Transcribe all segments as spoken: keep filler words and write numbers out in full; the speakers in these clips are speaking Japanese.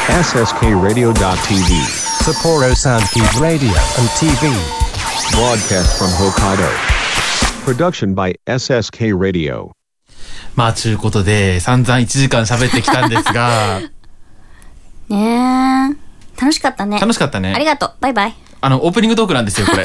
エスエスケー radio.tv Sapporo Soundkeep Radio and ティーブイ broadcast from Hokkaido production by エスエスケー radio。 まあちゅうことで散々いちじかん喋ってきたんですがねえ楽しかったね。 楽しかったね。 ありがとう。バイバイ。 あのオープニングトークなんですよこれ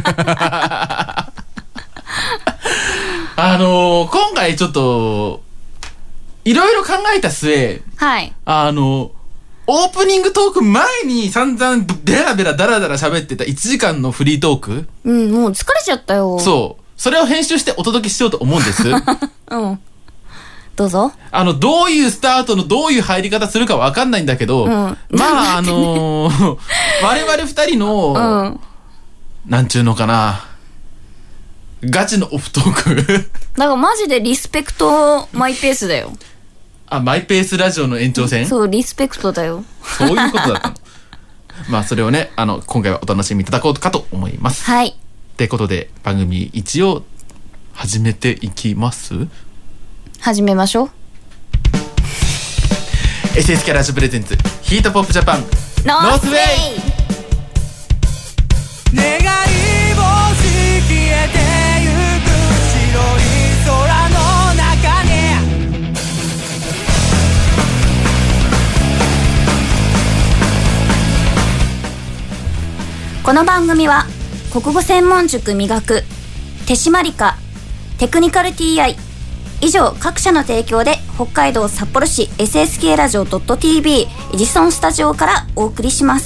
あのー、今回ちょっといろいろ考えた末、 はい、 あのオープニングトーク前に散々ベラベラダラダラ喋ってたいちじかんのフリートーク、 うん、もう疲れちゃったよ。 そうそれを編集してお届けしようと思うんですうんどうぞ。あのどういうスタートのどういう入り方するかわかんないんだけど、うん、まああのー、我々二人の、うん、なんちゅうのかなガチのオフトークだからマジでリスペクトマイペースだよ。 あ、マイペースラジオの延長線。 そうリスペクトだよ。 そういうことだったのまあそれをねあの今回はお楽しみいただこうかと思います。 はいってことで番組一応始めていきます。 始めましょう。 エスエスケー ラジオプレゼンツヒートポップジャパンノースウェイ。願い星消えてゆく白い空の中にこの番組は国語専門塾磨く手締まりかテクニカル ティーアイ以上各社の提供で北海道札幌市 エスエスケー ラジオ .tv エジソンスタジオからお送りします。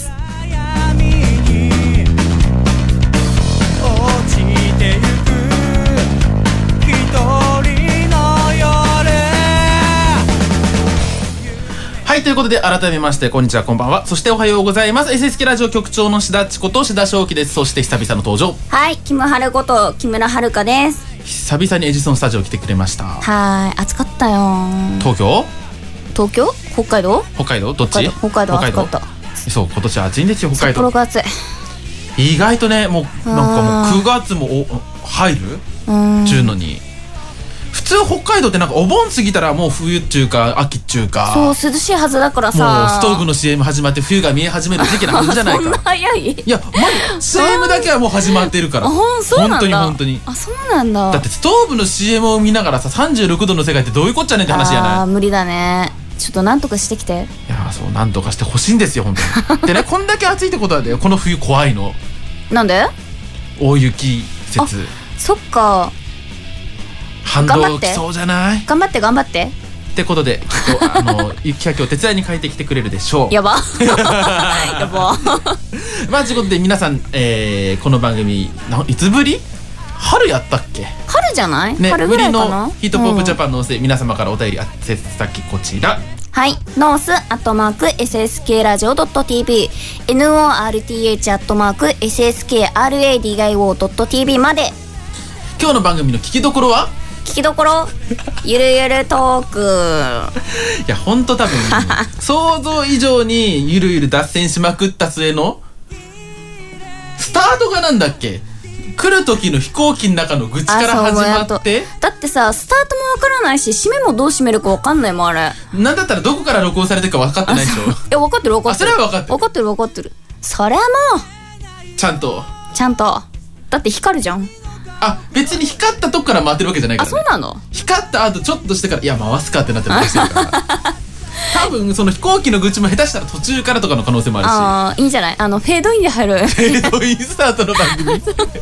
はい、ということで改めましてこんにちはこんばんはそしておはようございます。 エスエスケー ラジオ局長の志田千子と志田正樹です。そして久々の登場、 はいキムハルこと木村遥です。 久々にエジソンスタジオ来てくれました。 はい暑かったよ。 東京東京北海道北海道どっち北海道暑かった。 そう今年暑いんですよ北海道。 札幌が暑い。 意外とねもうなんかもうくがつも入るっちゅうのに普通北海道ってなんかお盆過ぎたらもう冬っちゅうか秋っちゅうかそう涼しいはずだからさもうストーブの シーエム 始まって冬が見え始める時期なはずじゃないかそんな早い。 いやま シーエム だけはもう始まってるからあそうなんだ。 本当に本当にあそうなんだ。 だってストーブの シーエム を見ながらささんじゅうろくどの世界ってどういうこっちゃねんって話やない。 あ無理だね。ちょっとなんとかしてきて。いやそうなんとかしてほしいんですよ本当にでねこんだけ暑いってことはねこの冬怖いの。 なんで大雪説。 そっか反動きそうじゃない。 頑張って頑張ってってことできっとあの雪かきを手伝いに帰ってきてくれるでしょうやばやばまあということで皆さん、えー、この番組いつぶり春やったっけ。 春じゃない、 ね、 春ぐらいかな。 のヒートポップジャパンのせい、うん、皆様からお便りあせ先こちらはいノースアットマーク エスエスケー ラジオ .tv ノーアールティーエイチ アットマーク エスエスケー アールエーディーアイオー .tv まで。 今日の番組の聞きどころは聞きどころゆるゆるトークいやほんと多分想像以上にゆるゆる脱線しまくった末のスタートがなんだっけ来る時の飛行機の中の愚痴から始まってだってさスタートもわからないし締めもどう締めるかわかんないもんあれ。 なんだったらどこから録音されてるか分かってないでしょ。いや分かってる分かってる。 あそれは分かってる分かってる分かってる。それはもうちゃんとちゃんとだって光るじゃん。 あ別に光ったとこから回ってるわけじゃないから、ね、 あそうなの。 光った後ちょっとしてからいや回すかってなってるしてるから多分その飛行機の愚痴も下手したら途中からとかの可能性もあるし。 ああいいんじゃない。あのフェードインで入るフェードインスタートの番組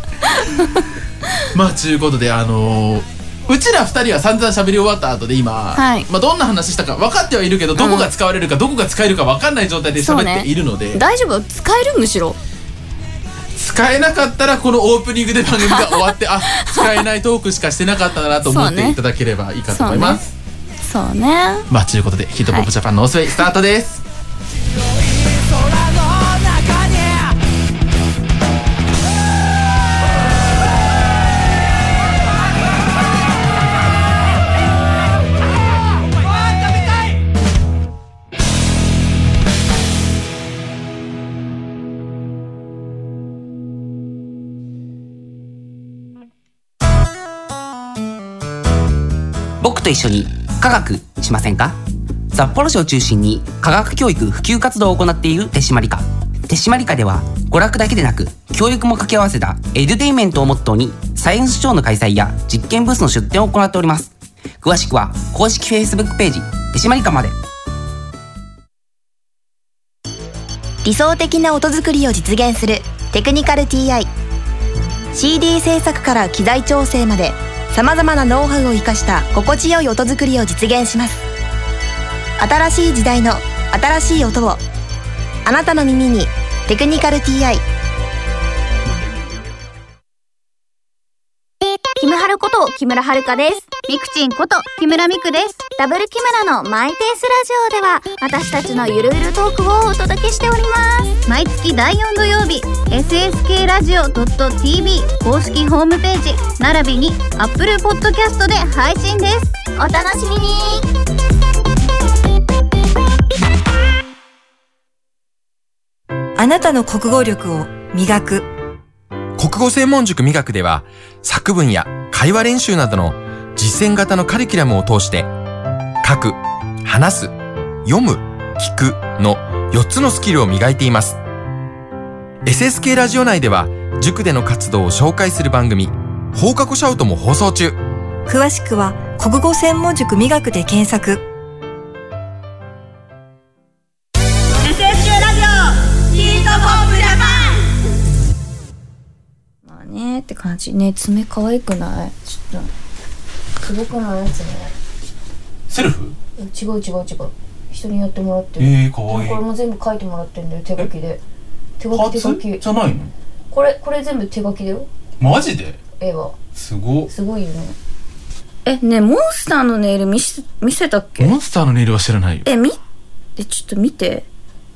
まあちゅうことであのー、うちらふたりは散々喋り終わった後で今、はいまあ、どんな話したか分かってはいるけどどこが使われるか、うん、どこが使えるか分かんない状態で喋っているので、ね、 大丈夫使えるむしろ使えなかったらこのオープニングで番組が終わってあ使えないトークしかしてなかったなと思っていただければいいかと思います。 そうね。そうねまあということでヒートポップジャパンのオスウェイスタートです。 僕と一緒に科学しませんか？ 札幌市を中心に科学教育普及活動を行っている手締まり課。手締まり課では娯楽だけでなく教育も掛け合わせたエデュテインメントをモットーにサイエンスショーの開催や実験ブースの出展を行っております。詳しくは公式 Facebook ページ手締まり課まで。 理想的な音作りを実現するテクニカル ティーアイ。 シーディー 制作から機材調整までさまざまなノウハウを生かした心地よい音作りを実現します。新しい時代の新しい音をあなたの耳に。テクニカル ティーアイ。 キムハルこと木村遥です。ミクチンこと木村ミクです。ダブル木村のマイペースラジオでは私たちのゆるゆるトークをお届けしております。 毎月だいよん土曜日 エスエスケー ラジオ ドット ティービー 公式ホームページ並びに Apple Podcast で配信です。 お楽しみに。 あなたの国語力を磨く。 国語専門塾磨くでは、作文や会話練習などの実践型のカリキュラムを通して、書く、話す、読む、聞くのよっつのスキルを磨いています。エスエスケー ラジオ内では、塾での活動を紹介する番組、放課後シャウトも放送中。 詳しくは国語専門塾磨くで検索。 まあねって感じね。爪可愛くない？ちょっとすごくないやつね。 セルフ？ 違う違う違う。人にやってもらってる。 えー、可愛い。 これも全部書いてもらってんだよ、手書きで。手書き手書き。 じゃないの？ これこれ全部手書きだよ。 マジで？ 絵は。 すご。 すごいよね。えね、モンスターのネイル見せ見せたっけ？ モンスターのネイルは知らないよ。 えみえちょっと見て。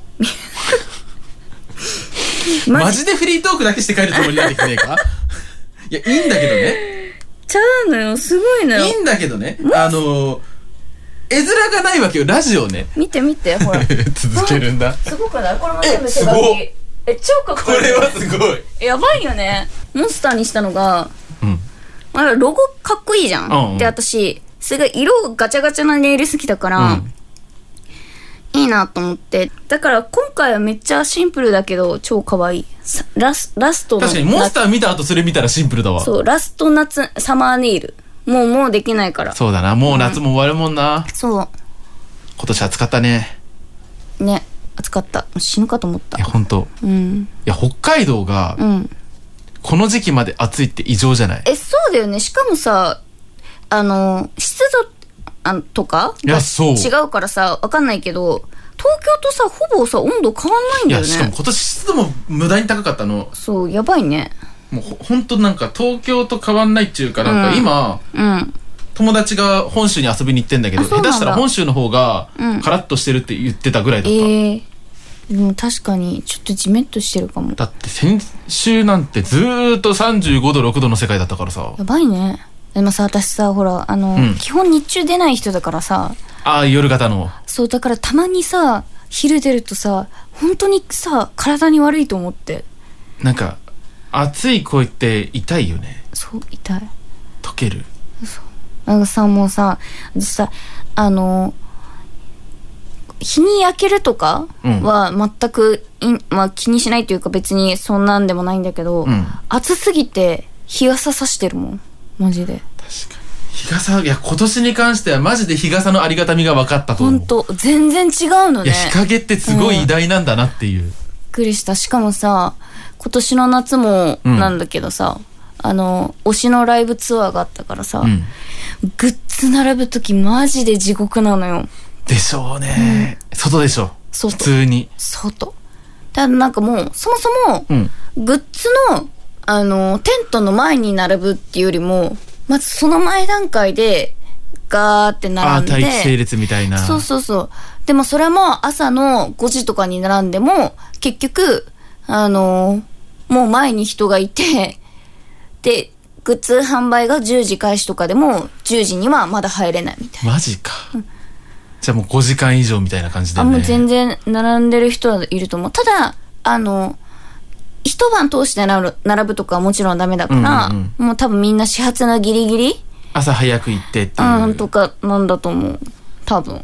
マジでフリートークだけして帰るつもりなんできねえか？いや、いいんだけどね。 ちゃうのよ、すごいのよ。 いいんだけどね。あの、絵面がないわけよ、ラジオね。 見て見て、ほら。 続けるんだ。 すごくない？これも全部手書き。え、超かっこいい。 これはすごい。 やばいよね。モンスターにしたのが、うん。あれ、ロゴかっこいいじゃん。うんうん、で、私、すごい色ガチャガチャなネイル好きだから、うんいいなと思って。だから今回はめっちゃシンプルだけど超可愛い。ラス、ラストの。 確かにモンスター見た後それ見たらシンプルだわ。 そう、ラスト夏、サマーネイル。もうもうできないから。 そうだな、もう夏も終わるもんな。 うん、そう。 今年暑かったね。 ね、暑かった。死ぬかと思った。 いや、ほんと。うん。いや、北海道が、うん、この時期まで暑いって異常じゃない？ え、そうだよね。しかもさ、あの、湿度あとかいやそう違うからさ分かんないけど東京とさほぼさ温度変わんないんだよね。 いやしかも今年湿度も無駄に高かったの。 そうやばいね。 もうほほんとなんか東京と変わんないっていうかなんか今、うんうん、友達が本州に遊びに行ってんだけど下手したら本州の方がカラッとしてるって言ってたぐらいだった、うん、えーでも確かにちょっとジメッとしてるかも。 だって先週なんてずーっとさんじゅうごどろくどの世界だったからさ。 やばいね。でもさ私さほらあの、うん、基本日中出ない人だからさ。 ああ夜型の。 そうだからたまにさ昼出るとさ本当にさ体に悪いと思って。 なんか暑い声って痛いよね。 そう痛い。 溶ける。 そうなんかさもうさ私さあの日に焼けるとかは全くい、うんまあ、気にしないというか別にそんなんでもないんだけど、うん、暑すぎて日傘さしてるもんマジで。 確かに日傘いや今年に関してはマジで日傘のありがたみが分かったと思う。 ほんと全然違うのね。 いや日陰ってすごい偉大なんだなっていう、うん、びっくりした。しかもさ今年の夏もなんだけどさ、うん、あの推しのライブツアーがあったからさ、うん、グッズ並ぶときマジで地獄なのよ。 でしょうね、うん、外でしょ普通に外ただなんかもうそもそも、うん、グッズのあのテントの前に並ぶっていうよりもまずその前段階でガーって並んで、 ああ待機整列みたいな。 そうそうそう。でもそれも朝のごじとかに並んでも結局あのもう前に人がいてでグッズ販売がじゅうじ開始とかでもじゅうじにはまだ入れないみたいな。 マジか、うん、じゃあもうごじかん以上みたいな感じだよね。 あもう全然並んでる人はいると思う。ただあの一晩通して並ぶ、並ぶとかはもちろんダメだから、うんうんうん、もう多分みんな始発のギリギリ朝早く行ってっていう、 うん、とかなんだと思う多分。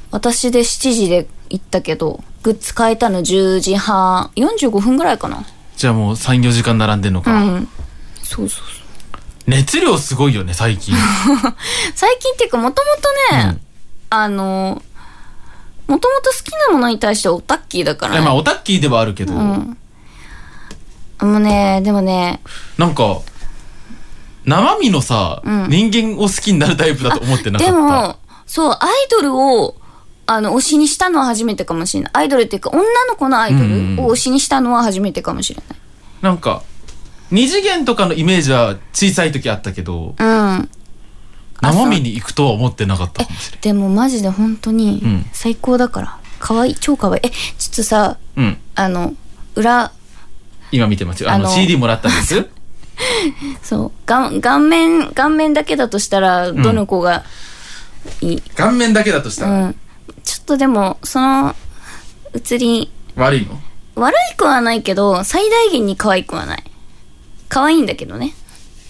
私でしちじで行ったけど、グッズ買えたのじゅうじはん、よんじゅうごふんぐらいかな。 じゃあもうさん、よじかん並んでんのか。 うん。そうそうそう。 熱量すごいよね、最近。 最近っていうか、もともとね、うん、あの、もともと好きなものに対してオタッキーだからね。 まあ、オタッキーではあるけど。うん。 もうね、でもね。 なんか、生身のさ、うん、人間を好きになるタイプだと思ってなかった。 でも、そう、アイドルを、あの、推しにしたのは初めてかもしれない。アイドルっていうか、女の子のアイドルを推しにしたのは初めてかもしれない。 なんか、二次元とかのイメージは小さい時あったけど、うん。生身に行くとは思ってなかったかもしれない。 でもマジで本当に、最高だから。可愛い、超可愛い。え、ちょっとさ、うん、あの、裏、 今見てますよ。あの、シーディー もらったんです。 そう。が顔面、顔面だけだとしたら、どの子がいい、うん、 顔面だけだとしたら、うん、 ちょっとでも、その、写り。 悪いの？ 悪い子はないけど、最大限に可愛くはない。可愛いんだけどね。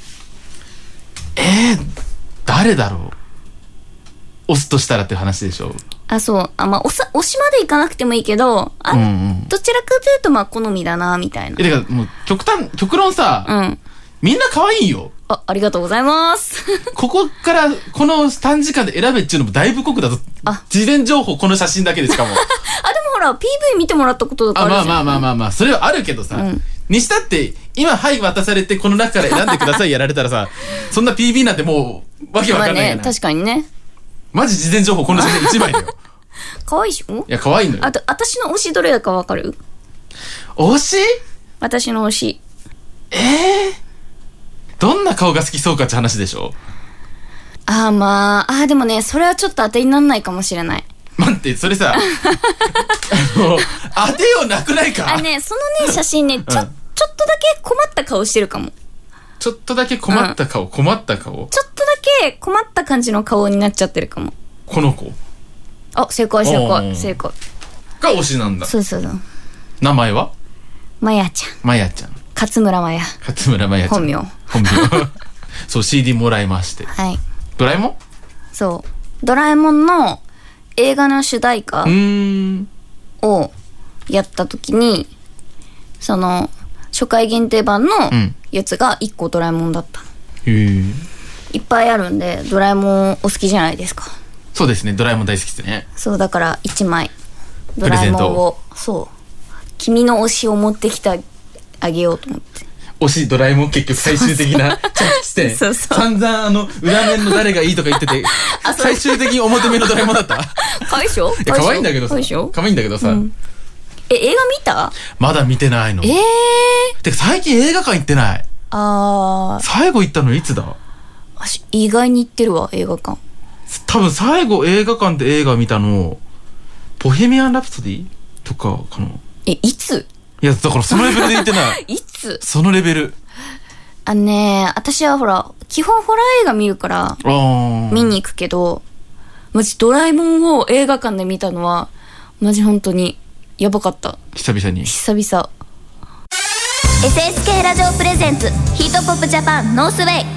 えー、誰だろう？押すとしたらって話でしょ？ あ、そう。あ、まあ、押さ、押しまでいかなくてもいいけど、あ、うんうん、どちらかというと、まあ、好みだな、みたいな。 え、だからもう、極端、極論さ、うん。みんな可愛いよ。 あ、ありがとうございます。 ここから、この短時間で選べっちゅうのもだいぶ酷だぞ。あ、事前情報、この写真だけでしかも。あ、でもほら、ピーブイ 見てもらったこととかあるじゃん。 あ、まあまあまあまあまあ、それはあるけどさ、うん、にしたって、今、はい、渡されて、この中から選んでくださいやられたらさ、そんな ピーブイ なんてもう、わけわかんないやな。 まあね、確かにね。 マジ事前情報、この写真いちまいだよ。 可愛いでしょ？ いや、可愛いのよ。 あと、私の推しどれだかわかる？ 推し？ 私の推し。 ええー、どんな顔が好きそうかって話でしょ？ ああ、まあ、ああ、でもね、それはちょっと当てになんないかもしれない。 待って、それさ、あの、当てようなくないか？ あ、ね、そのね、写真ね、ちょ、うん、ちょっとだけ困った顔してるかも。 ちょっとだけ困った顔、うん、困った顔。 ちょっとだけ困った感じの顔になっちゃってるかも。 この子？ あ、正解正解正解が推しなんだ。 そうそうそう。 名前は？ まやちゃん。 まやちゃん。 勝村まや。 勝村まやちゃん。 本名。 本名。そう、シーディー もらいまして。 はい。 ドラえもん？ そう。ドラえもんの映画の主題歌をやった時に、その初回限定版のやつがいっこドラえもんだった。 へー。 いっぱいあるんで、ドラえもんお好きじゃないですか。 そうですね、ドラえもん大好きですね。 そう、だからいちまいドラえもんを、そう君の推しを持ってきてあげようと思って。 推しドラえもん結局最終的な着地点。そうそう。散々あの裏面の誰がいいとか言ってて、最終的に表面のドラえもんだった。 可愛いでしょ？ 可愛いんだけどさ。可愛いんだけどさ。うん、 え、映画見た？ まだ見てないの。 ええー。てか最近映画館行ってない。 あー。 最後行ったのいつだ？ 意外に行ってるわ、映画館。 多分最後映画館で映画見たのボヘミアン・ラプソディとかかな。 え、いつ？ いや、だからそのレベルで言ってない。 いつ？ そのレベル。 あのね、私はほら基本ホラー映画見るから見に行くけど、マジドラえもんを映画館で見たのはマジ本当にやばかった。 久々に久々。 エスエスケー ラジオプレゼンツヒートポップジャパンノースウェイ。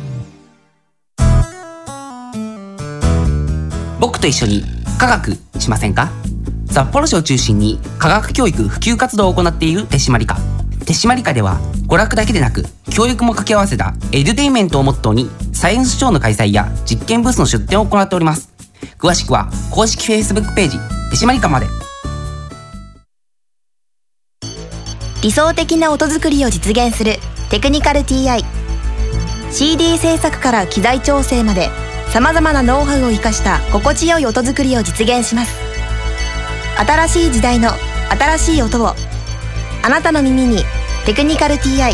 僕と一緒に科学しませんか？札幌市を中心に科学教育普及活動を行っている手締まり課。手締まり課では娯楽だけでなく教育も掛け合わせたエデュテインメントをモットーにサイエンスショーの開催や実験ブースの出展を行っております。詳しくは公式 Facebook ページ手締まり課まで。 理想的な音作りを実現するテクニカル ティーアイ。 シーディー 制作から機材調整までさまざまなノウハウを生かした心地よい音作りを実現します。新しい時代の新しい音をあなたの耳に。テクニカル ティーアイ。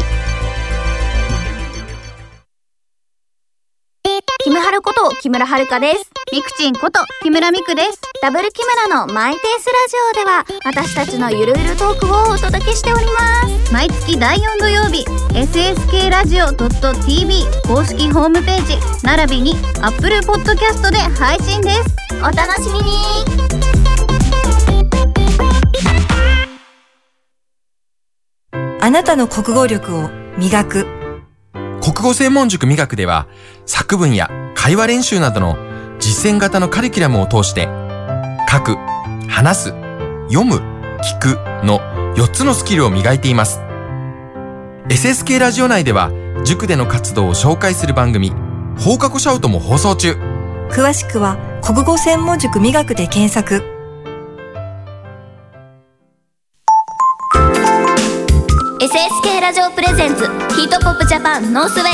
キムハルこと木村遥です。 ミクチンこと木村ミクです。 ダブル木村のマイペースラジオでは私たちのゆるゆるトークをお届けしております。 毎月だいよん土曜日 エスエスケー ラジオ ドット ティービー 公式ホームページ並びに Apple Podcast で配信です。 お楽しみに。 あなたの国語力を磨く国語専門塾磨くでは作文や会話練習などの実践型のカリキュラムを通して書く、話す、読む、聞くのよっつのスキルを磨いています。エスエスケー ラジオ内では塾での活動を紹介する番組放課後シャウトも放送中。 詳しくは国語専門塾美学で検索。 エスエスケー ラジオプレゼンツヒートポップジャパンノースウェ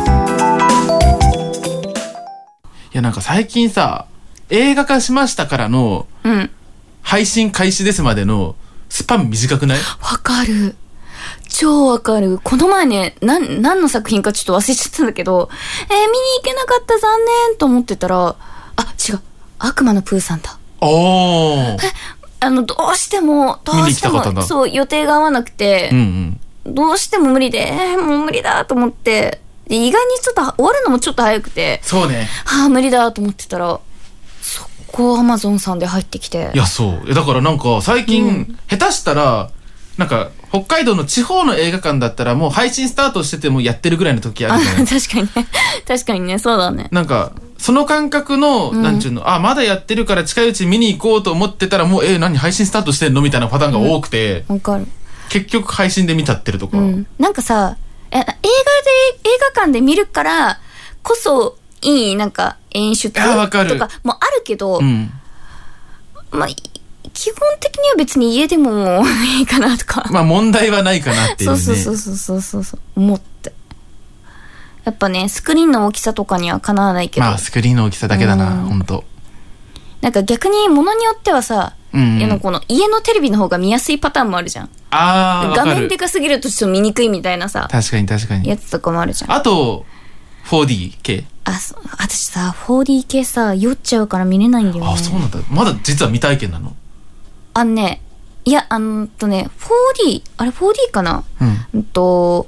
イ。 いやなんか最近さ、映画化しましたからの、うん、配信開始ですまでのスパン短くない？ わかる。超わかる。この前ね、なん、何の作品かちょっと忘れちゃったんだけど、えー、見に行けなかった残念と思ってたら、あ、違う。悪魔のプーさんだ。 おー。 え、あの、どうしても、どうしても、そう、予定が合わなくて、うんうん、どうしても無理で、えー、もう無理だと思って、で意外にちょっと、終わるのもちょっと早くて、 そうね。 はあ、無理だと思ってたら、速攻アマゾンさんで入ってきて。 いや、そう。だからなんか、最近、うん、下手したら、なんか、北海道の地方の映画館だったらもう配信スタートしててもやってるぐらいの時あるじゃない。 確かにね。確かにね、そうだね。 なんか、その感覚の、うん、なんちゅうの、あ、まだやってるから近いうち見に行こうと思ってたらもう、えー、何配信スタートしてんのみたいなパターンが多くて。 わ、うん、かる。 結局配信で見ちゃってるとか。うん、 なんかさ、映画で、映画館で見るからこそいい、なんか演出とかもあるけど、うん、まあ、基本的には別に家でもいいかなとか。 まあ問題はないかなっていうね。 そうそうそうそうそうそう思って。やっぱね、スクリーンの大きさとかにはかなわないけど。 まあスクリーンの大きさだけだな、ほんと。 なんか逆に物によってはさ、うんうん、この家のテレビの方が見やすいパターンもあるじゃん。 ああ、 画面でかすぎるとちょっと見にくいみたいなさ。 確かに確かに。 やつとかもあるじゃん。 あと、フォーディー 系。 あ、そう。私さ、フォーディー 系さ、酔っちゃうから見れないんだよね。 あ、そうなんだ。まだ実は未体験なの？ あのね、いや、あのとね、フォーディー、あれ フォーディー かな、うん、うんと、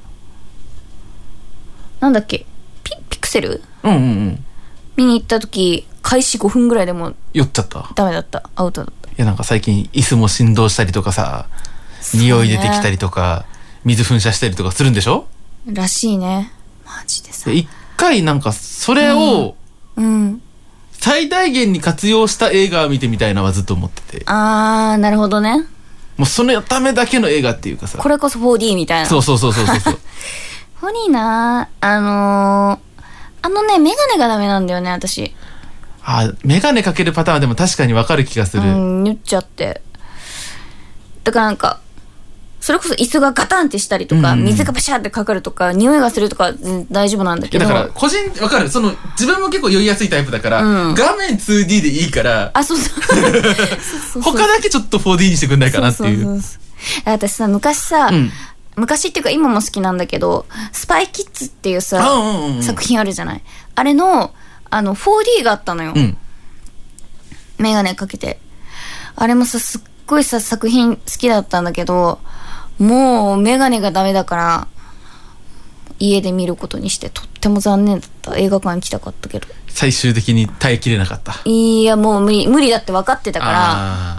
なんだっけ、ピ、ピクセル、 うんうんうん、 見に行った時、開始ごふんぐらいでも酔っちゃった。 ダメだった。アウトだった。 いや、なんか最近椅子も振動したりとかさ、匂い出てきたりとか、水噴射したりとかするんでしょ？ らしいね。マジでさ。 一回なんかそれを、うん、うん最大限に活用した映画を見てみたいなはずっと思ってて。 あー、なるほどね。 もうそのためだけの映画っていうかさ。 これこそ フォーディー みたいな。 そうそうそうそうそう。 フォーディー なー、あのー、あのね、メガネがダメなんだよね、私。 あ、メガネかけるパターンはでも確かにわかる気がする。 うん、言っちゃって。だからなんか、それこそ椅子がガタンってしたりとか、うんうん、水がパシャーってかかるとか、匂いがするとか大丈夫なんだけど。 だから個人わかる。その自分も結構酔いやすいタイプだから、うん、画面 ツーディー でいいから。 あ、そうそう。そうそう他だけちょっと フォーディー にしてくんないかなっていう。そうそうそう私さ昔さ、うん、昔っていうか今も好きなんだけど、スパイキッズっていうさ、うんうんうん、作品あるじゃない。あれのあの フォーディー があったのよ。うん、メガネかけて。あれもさすっごいさ作品好きだったんだけど。もうメガネがダメだから家で見ることにしてとっても残念だった。映画館に来たかったけど最終的に耐えきれなかった。 いやもう無理無理だって分かってたから。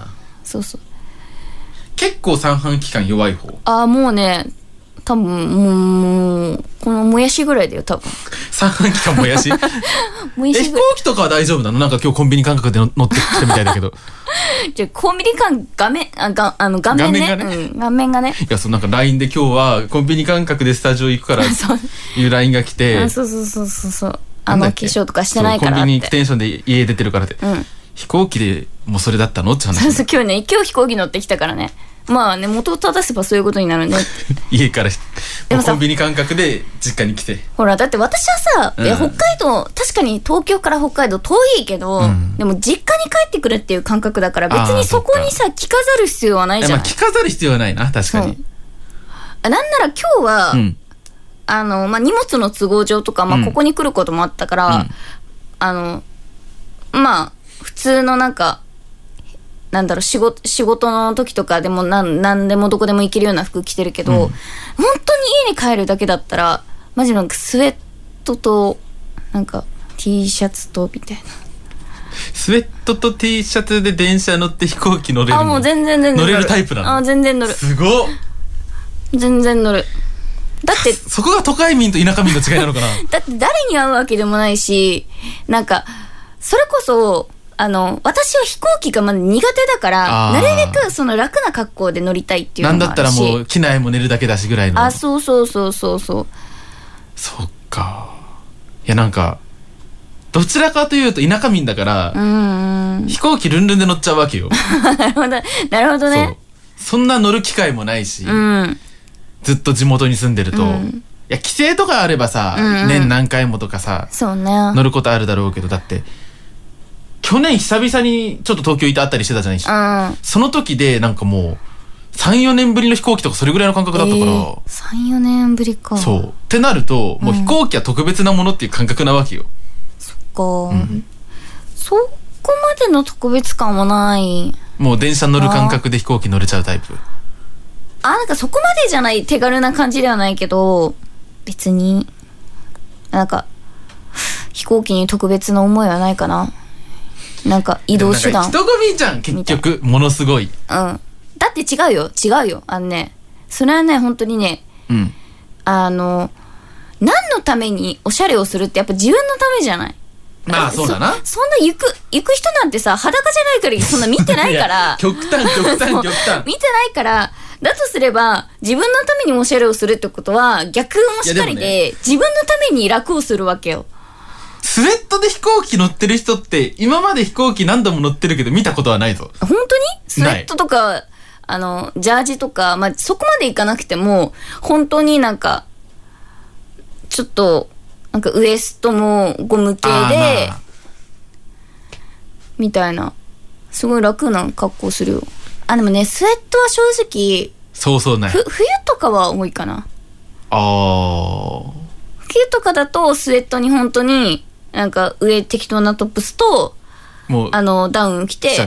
そうそう結構三半規管弱い方。 ああもうね多分もうこのもやしぐらいだよ多分。 三半規管もやしもやしぐらい。飛行機とかは大丈夫なの？なんか今日コンビニ感覚で乗ってきたみたいだけどじゃコンビニ感画面あがあの画面ね画面がね、うん、画面がねいやそうなんか ライン で今日はコンビニ感覚でスタジオ行くからいう ライン が来てあそうそうそうそうそうあの化粧とかしてないからってコンビニテンションで家出てるからって、うん、飛行機でもうそれだったのって話。 そうそう今日ね今日飛行機乗ってきたからねまあね元を正せばそういうことになるね家からでもさコンビニ感覚で実家に来てほらだって私はさ、うん、いや北海道確かに東京から北海道遠いけど、うん、でも実家に帰ってくるっていう感覚だから別にそこにさ着飾る必要はないじゃない。 まあ、着飾る必要はないな確かに。 なんなら今日は、うん、あのまあ、荷物の都合上とか、まあ、ここに来ることもあったから、うん、あのまあ普通のなんかなんだろう仕事、仕事の時とかでも何、何でもどこでも行けるような服着てるけど、うん、本当に家に帰るだけだったらマジなんかスウェットとなんか T シャツとみたいな。 スウェットと T シャツで電車乗って飛行機乗れるの？ あもう全然全然乗れるタイプなの？ あ全然乗る。 すごっ。 全然乗る。だってそこが都会民と田舎民の違いなのかな。 だって誰に会うわけでもないしなんかそれこそあの、私は飛行機がまだ苦手だから、なるべくその楽な格好で乗りたいっていうのもあるし。 なんだったらもう、機内も寝るだけだしぐらいの。 あ、そうそうそうそうそう。 そっか。いや、なんか、どちらかというと田舎民だから、うんうん、飛行機ルンルンで乗っちゃうわけよ。 なるほど。なるほどね。 そ。そんな乗る機会もないし、 うん、 ずっと地元に住んでると、うん、いや、帰省とかあればさ、うんうん、年何回もとかさ、 そうね。 乗ることあるだろうけど、だって、去年久々にちょっと東京いたあったりしてたじゃないし、うん、その時でなんかもう、さん、よねんぶりの飛行機とかそれぐらいの感覚だったから。えー、 さん、よねんぶりか。 そう。ってなると、もう飛行機は特別なものっていう感覚なわけよ。 そっか、うん。そこまでの特別感もない。 もう電車乗る感覚で飛行機乗れちゃうタイプ。 あ、なんかそこまでじゃない手軽な感じではないけど、別に、なんか、飛行機に特別な思いはないかな。なんか移動手段。 人混みじゃん、結局。ものすごい。 うん。だって違うよ。違うよ。あのね、それはね、本当にね、 うん。 あの、何のためにおしゃれをするってやっぱ自分のためじゃない。 まあそうだな。 そ, そんな行く、行く人なんてさ、裸じゃないからそんな見てないから。 極端、極端、極端。 見てないから、だとすれば、自分のためにおしゃれをするってことは、逆もしっかりで、でね、自分のために楽をするわけよ。 スウェットで飛行機乗ってる人って、今まで飛行機何度も乗ってるけど見たことはないぞ。 本当にスウェットとか、あの、ジャージとか、まあ、そこまでいかなくても、本当になんか、ちょっと、なんかウエストもゴム系で、まあ、みたいな。すごい楽な格好するよ。あ、でもね、スウェットは正直、 そうそうね。 ふ、冬とかは多いかな。 あー。 冬とかだとスウェットに本当に、なんか上適当なトップスと、もう、あの、ダウン着て、 着ちゃって、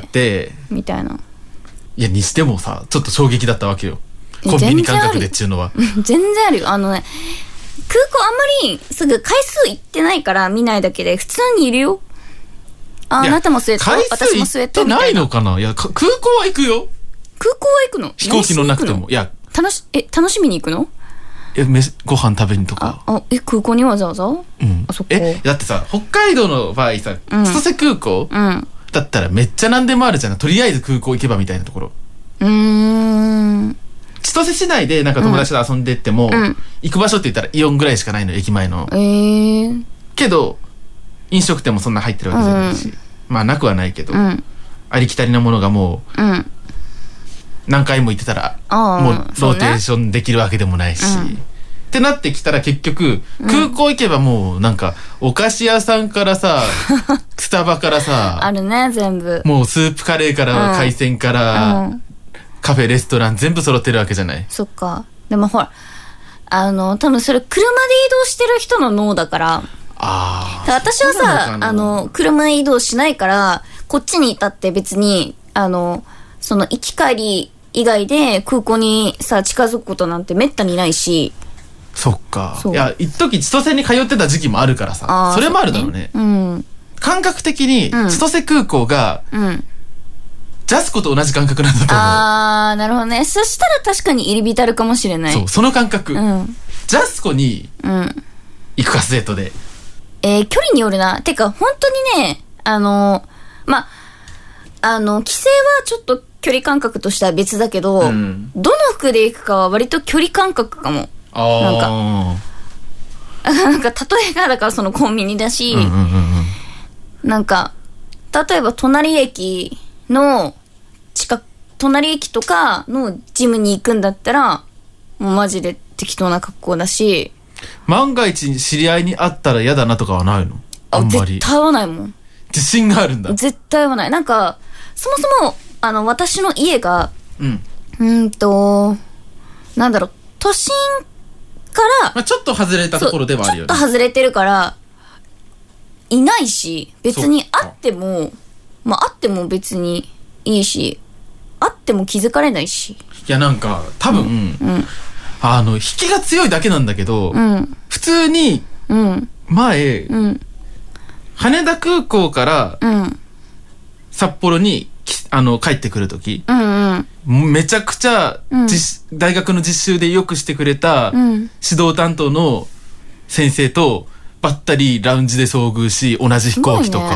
みたいな。 いや、にしてもさ、ちょっと衝撃だったわけよ。コンビニ感覚でっていうのは。 全然あるよ。あのね、空港あんまりすぐ回数行ってないから見ないだけで普通にいるよ。あ、あなたもスウェット、私もスウェットみたいな。 ないのかないや、空港は行くよ。 空港は行くの？ 飛行機乗んなくても。いや、 楽し、え、楽しみに行くの？ え、飯、ご飯食べにとか。 あ、あえ、空港にわざわざ？うん。あ、そっか。 え、だってさ、北海道の場合さ、千歳空港、うん、だったらめっちゃ何でもあるじゃん。とりあえず空港行けばみたいなところ。 うーん。 千歳市内でなんか友達と遊んでっても、うん、行く場所って言ったらイオンぐらいしかないの、駅前の。 えー。 けど、飲食店もそんな入ってるわけじゃないし。うん、まあなくはないけど、うん、ありきたりなものがもう、うん、何回も行ってたら、もうローテーションできるわけでもないし。うん、ってなってきたら結局、空港行けばもうなんか、お菓子屋さんからさ、スタバからさ、 あるね、全部。 もうスープカレーから、海鮮から、うん、カフェ、レストラン全部揃ってるわけじゃない。 そっか。でもほら、あの、多分それ車で移動してる人の脳だから、 ああ。私はさ、あの、車移動しないから、こっちにいたって別に、あの、その行き帰り以外で空港にさ、近づくことなんてめったにないし。 そっか。いや、一時千歳に通ってた時期もあるからさ、それもあるだろうね。 うん。 感覚的に、千歳空港が、うん。ジャスコと同じ感覚なんだと思う。 あー、なるほどね。そしたら確かに入り浸るかもしれない。 そう、その感覚。 うん。 ジャスコに、うん。行くか、スウェットで。 えー、距離によるな。てか、本当にね、あの、ま、あの、規制はちょっと距離感覚としては別だけど、うん、どの服で行くかは割と距離感覚かも。 あなんか、なんか、例えが、だからそのコンビニだし、うんうんうんうん、なんか、例えば隣駅の近く、隣駅とかのジムに行くんだったら、もうマジで適当な格好だし、 万が一知り合いに会ったら嫌だなとかはないの？あんまり。 絶対合わないもん。 自信があるんだ。 絶対合わない。なんか、そもそも、あの、私の家が、うん。うんと、なんだろう、都心から、 まあ、ちょっと外れたところではあるよね。 ちょっと外れてるから、いないし、別に会っても、まあ、会っても別にいいし、会っても気づかれないし。いや、なんか、多分、うん。うん、あの、引きが強いだけなんだけど、うん、普通に、前、うん、羽田空港から、札幌に、あの、帰ってくるとき、うんうん、めちゃくちゃ、うん、大学の実習でよくしてくれた、うん、指導担当の先生と、ばったりラウンジで遭遇し、同じ飛行機とか、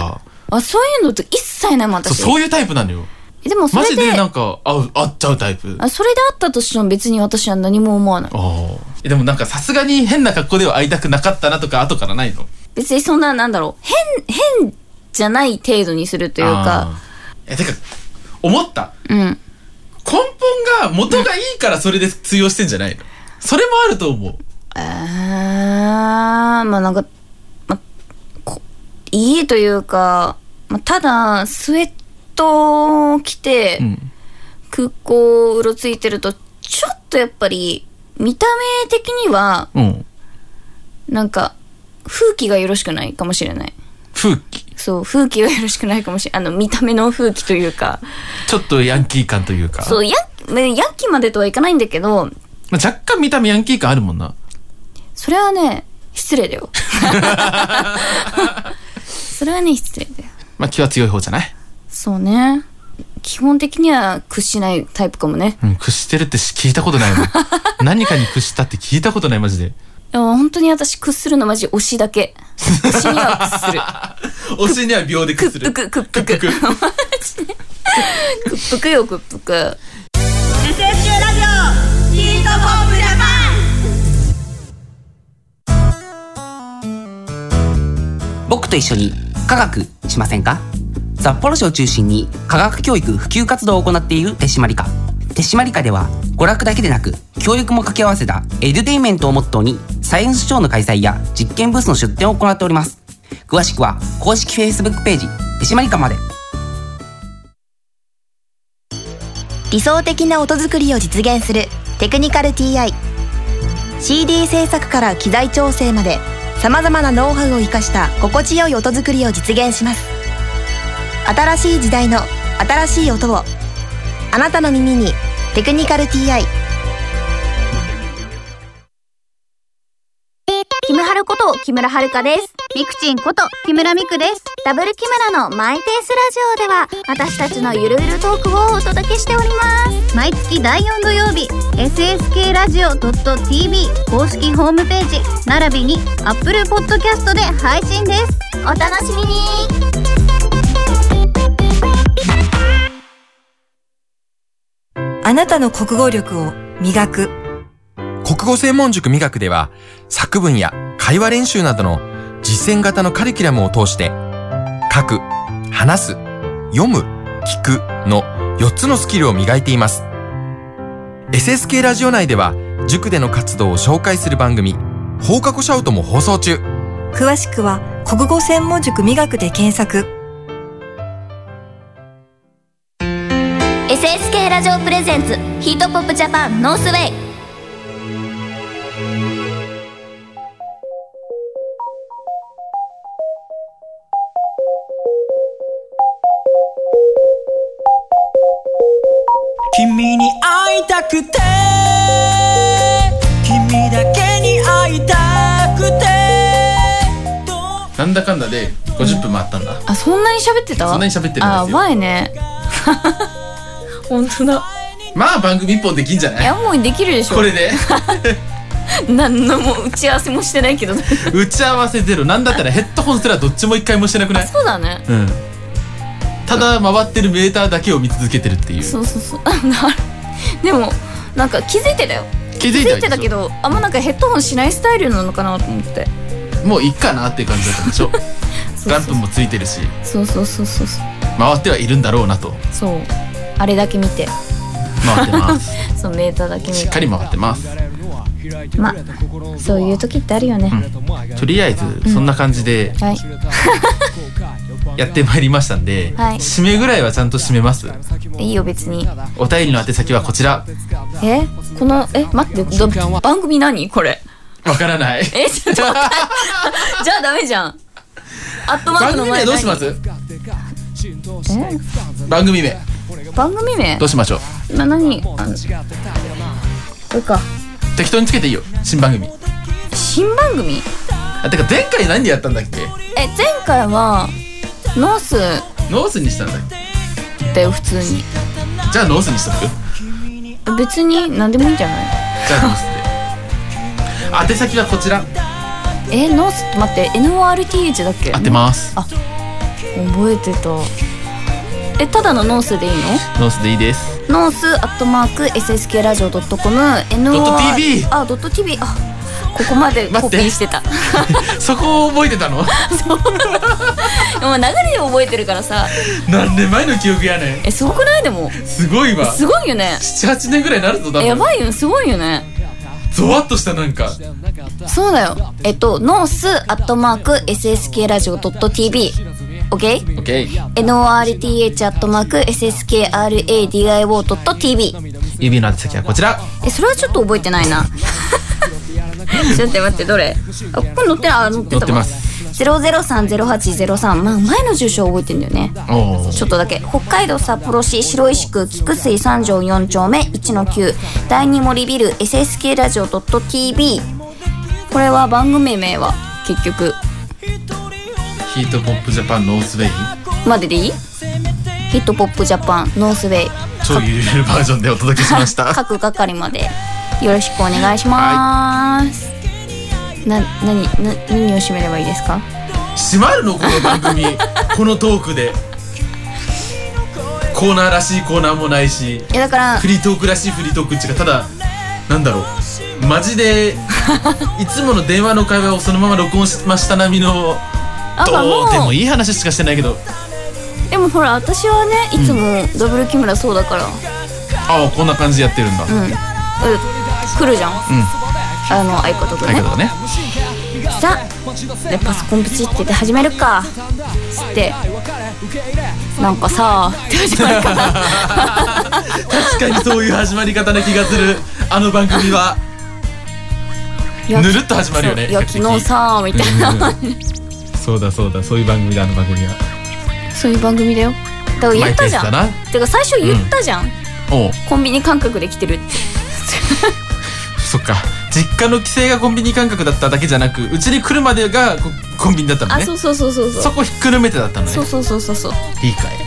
あ、そういうのと一切ないもん、私。 そう、そういうタイプなのよ。 でもそれで。 マジでなんか、合う、合っちゃうタイプ。 あ、それであったとしても別に私は何も思わない。 ああ。でもなんかさすがに変な格好では会いたくなかったなとか後からないの？ 別にそんな、なんだろう。変、変じゃない程度にするというか。 え、てか、思った。 うん。 根本が、元がいいからそれで通用してんじゃないの？それもあると思う。 えー、まあなんか、ま、こいいというか、ま、ただ、スウェットを着て、うん、空港をうろついてると、ちょっとやっぱり、見た目的には、うん、なんか、風紀がよろしくないかもしれない。 風紀？ そう、風紀がよろしくないかもしれない。あの、見た目の風紀というか。 ちょっとヤンキー感というか。 そう、ヤン、ヤンキーまでとはいかないんだけど、 まあ、若干見た目ヤンキー感あるもんな。 それはね、失礼だよ。それはね、失礼だよ。 まあ、気は強い方じゃない？ そうね。基本的には屈しないタイプかもね。 うん、屈してるって聞いたことないもん。何かに屈したって聞いたことない、マジで。いや、本当に私屈するのマジ推しだけ。推しには屈する。 推しには秒で屈する。 屈服、屈服。屈服。屈服よ、屈服。エスエスケー ラジオヒートポップジャパン。僕と一緒に科学しませんか？札幌市を中心に科学教育普及活動を行っている手締まり課。手締まり課では娯楽だけでなく教育も掛け合わせたエデュテインメントをモットーにサイエンスショーの開催や実験ブースの出展を行っております。詳しくは公式 Facebook ページ手締まり課まで。 理想的な音作りを実現するテクニカル ティーアイ。 シーディー 制作から機材調整までさまざまなノウハウを生かした心地よい音作りを実現します。新しい時代の新しい音をあなたの耳に。テクニカル ティーアイ。 キムハルこと木村遥です。 ミクチンこと木村ミクです。 ダブル木村のマイペースラジオでは私たちのゆるゆるトークをお届けしております。 毎月だいよん土曜日 エスエスケー ラジオ .tv 公式ホームページ並びに Apple Podcast で配信です。 お楽しみに。 あなたの国語力を磨く国語専門塾磨くでは作文や会話練習などの実践型のカリキュラムを通して書く、話す、読む、聞くのよっつのスキルを磨いています。 エスエスケー ラジオ内では塾での活動を紹介する番組放課後シャウトも放送中。 詳しくは国語専門塾磨くで検索。 エスエスケー ラジオプレゼンツヒートポップジャパンノースウェイ。 君に会いたくて君だけに会いたくてなんだかんだでごじゅっぷん回ったんだ、うん、 あ、そんなに喋ってた？ そんなに喋ってるんですよ。 あ、前ね。本当だ。 まあ番組一本できんじゃない？ いや、もうできるでしょこれで。 何のも打ち合わせもしてないけど。 打ち合わせゼロ。なんだったらヘッドホンすらどっちも一回もしてなくない？ そうだね。 うん。ただ回ってるメーターだけを見続けてるっていう。 そうそうそう。でもなんか気づいてたよ。 気づいてた気づいてたけど、あんまなんかヘッドホンしないスタイルなのかなと思って。 もういいかなっていう感じだったでしょ。ランプもついてるし。そうそうそうそう。回ってはいるんだろうなと。そう。あれだけ見て。回ってます。そうメーターだけ見て。しっかり回ってます。まあそういう時ってあるよね。うん、とりあえずそんな感じで、うん、はい。やってまいりましたんで、はい、締めぐらいはちゃんと締めます。いいよ別に。お便りの宛先はこちら。えこのえ待ってど番組何これ。わからない。えちょっとじゃあダメじゃん。アットマークの前。番組名どうします？え番組名。番組名どうしましょう。な何あのこれか。適当につけていいよ。新番組。新番組？あてか前回何でやったんだっけ？え前回はノースノースにしたんだっけ？だよ普通に。じゃあノースにしとく？別に何でもいいんじゃない？じゃあノースで。宛先はこちら。えノースって待って エヌオーアールティーエイチ だっけ？合ってます。あお覚えてた。え、ただのノースでいいの？ ノースでいいです。 ノースアットマーク エスエスケー ラジオ ドットコム ノドット ティービーあ、ドット ティービー あ、ここまでコピーしてたそこを覚えてたの？ そうもう流れで覚えてるからさ。 何年前の記憶やねん。 え、すごくない？でもすごいわ。すごいよね。 ななはちねんぐらいになるぞ。 やばいよ、すごいよね。 ゾワッとした。なんかそうだよ。えっとノースアットマーク エスエスケー ラジオ ドット ティービーオッケーオッケーエヌオーアールティーエイチ アットマーク エスエスケーアールエーディーアイオー ドット ティービー指の宛先はこちら。 え、それはちょっと覚えてないなちょっと待って、どれ？あ、これ載ってない。あ、載ってたわ。載ってます。ゼロゼロさんゼロはちゼロさん、まあ、前の住所覚えてんだよね。ちょっとだけ。北海道札幌市白石区菊水三条よん丁目 いちのきゅう 第二森ビル エスエスケー ラジオ ドット ティービー。 これは番組名は結局ヒートポップジャパンノースウェイまででいい？ヒットポップジャパンノースウェイ超ゆるゆるバージョンでお届けしました各係までよろしくお願いします、はい、な、なに、な、何を締めればいいですか？ 締まるのこの番組このトークでコーナーらしいコーナーもないし、いやだからフリートークらしいフリートークっていうか、ただなんだろう、マジでいつもの電話の会話をそのまま録音しました並みのどうでもいい話しかしてないけど、 でもほら私はねいつもダブル木村そうだから、うん、 ああこんな感じでやってるんだ。うん、 来るじゃん、うん、あの相方とね。 相方ね。 さあでパソコンプチってて始めるかつってなんかさって始まるから確かにそういう始まり方な気がする。あの番組はぬるっと始まるよね。 いや昨日さみたいな、うん、 そうだそうだ、そういう番組だ。あの番組はそういう番組だよ。だから言ったじゃん。てか最初言ったじゃん、うん、コンビニ感覚で来てるってそっか、実家の帰省がコンビニ感覚だっただけじゃなく、うちに来るまでがコンビニだったのね。 あ、そうそうそうそうそう、 そこひっくるめてだったのね。 そうそうそうそうそう、 いいかい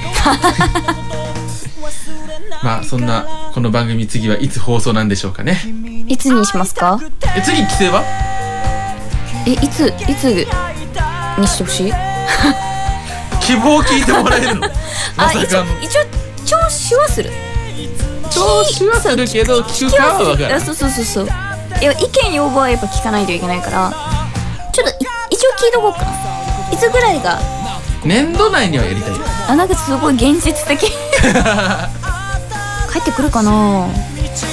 まあそんなこの番組、次はいつ放送なんでしょうかね。 いつにしますか？ え、次帰省はえ、いついつにしてほしい希望を聞いてもらえるのまさかの。 一応聴取はする聴取はするけど聞くかは分からん。 そうそうそうそう、いや意見要望はやっぱ聞かないといけないから、ちょっと一応聞いとこうかな。いつぐらいが年度内にはやりたい。 あ、なんかすごい現実的帰ってくるかな。道を歩いて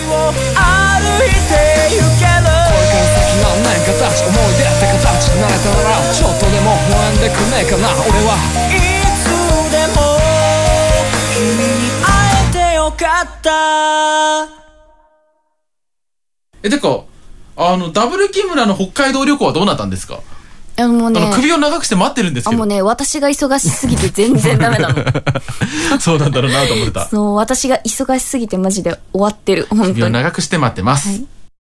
行ける恋から先のない形、思い出って形になれたならちょっとでも不安でくねえかな。俺はいつでも君に会えてよかった。 え、てかあのダブル木村の北海道旅行はどうなったんですか？ あのもうね、 あの首を長くして待ってるんですけど。 あ、もうね、私が忙しすぎて全然ダメなのそうなんだろうなと思ってた。 そう、私が忙しすぎてマジで終わってる、本当に。 首を長くして待ってます、はい。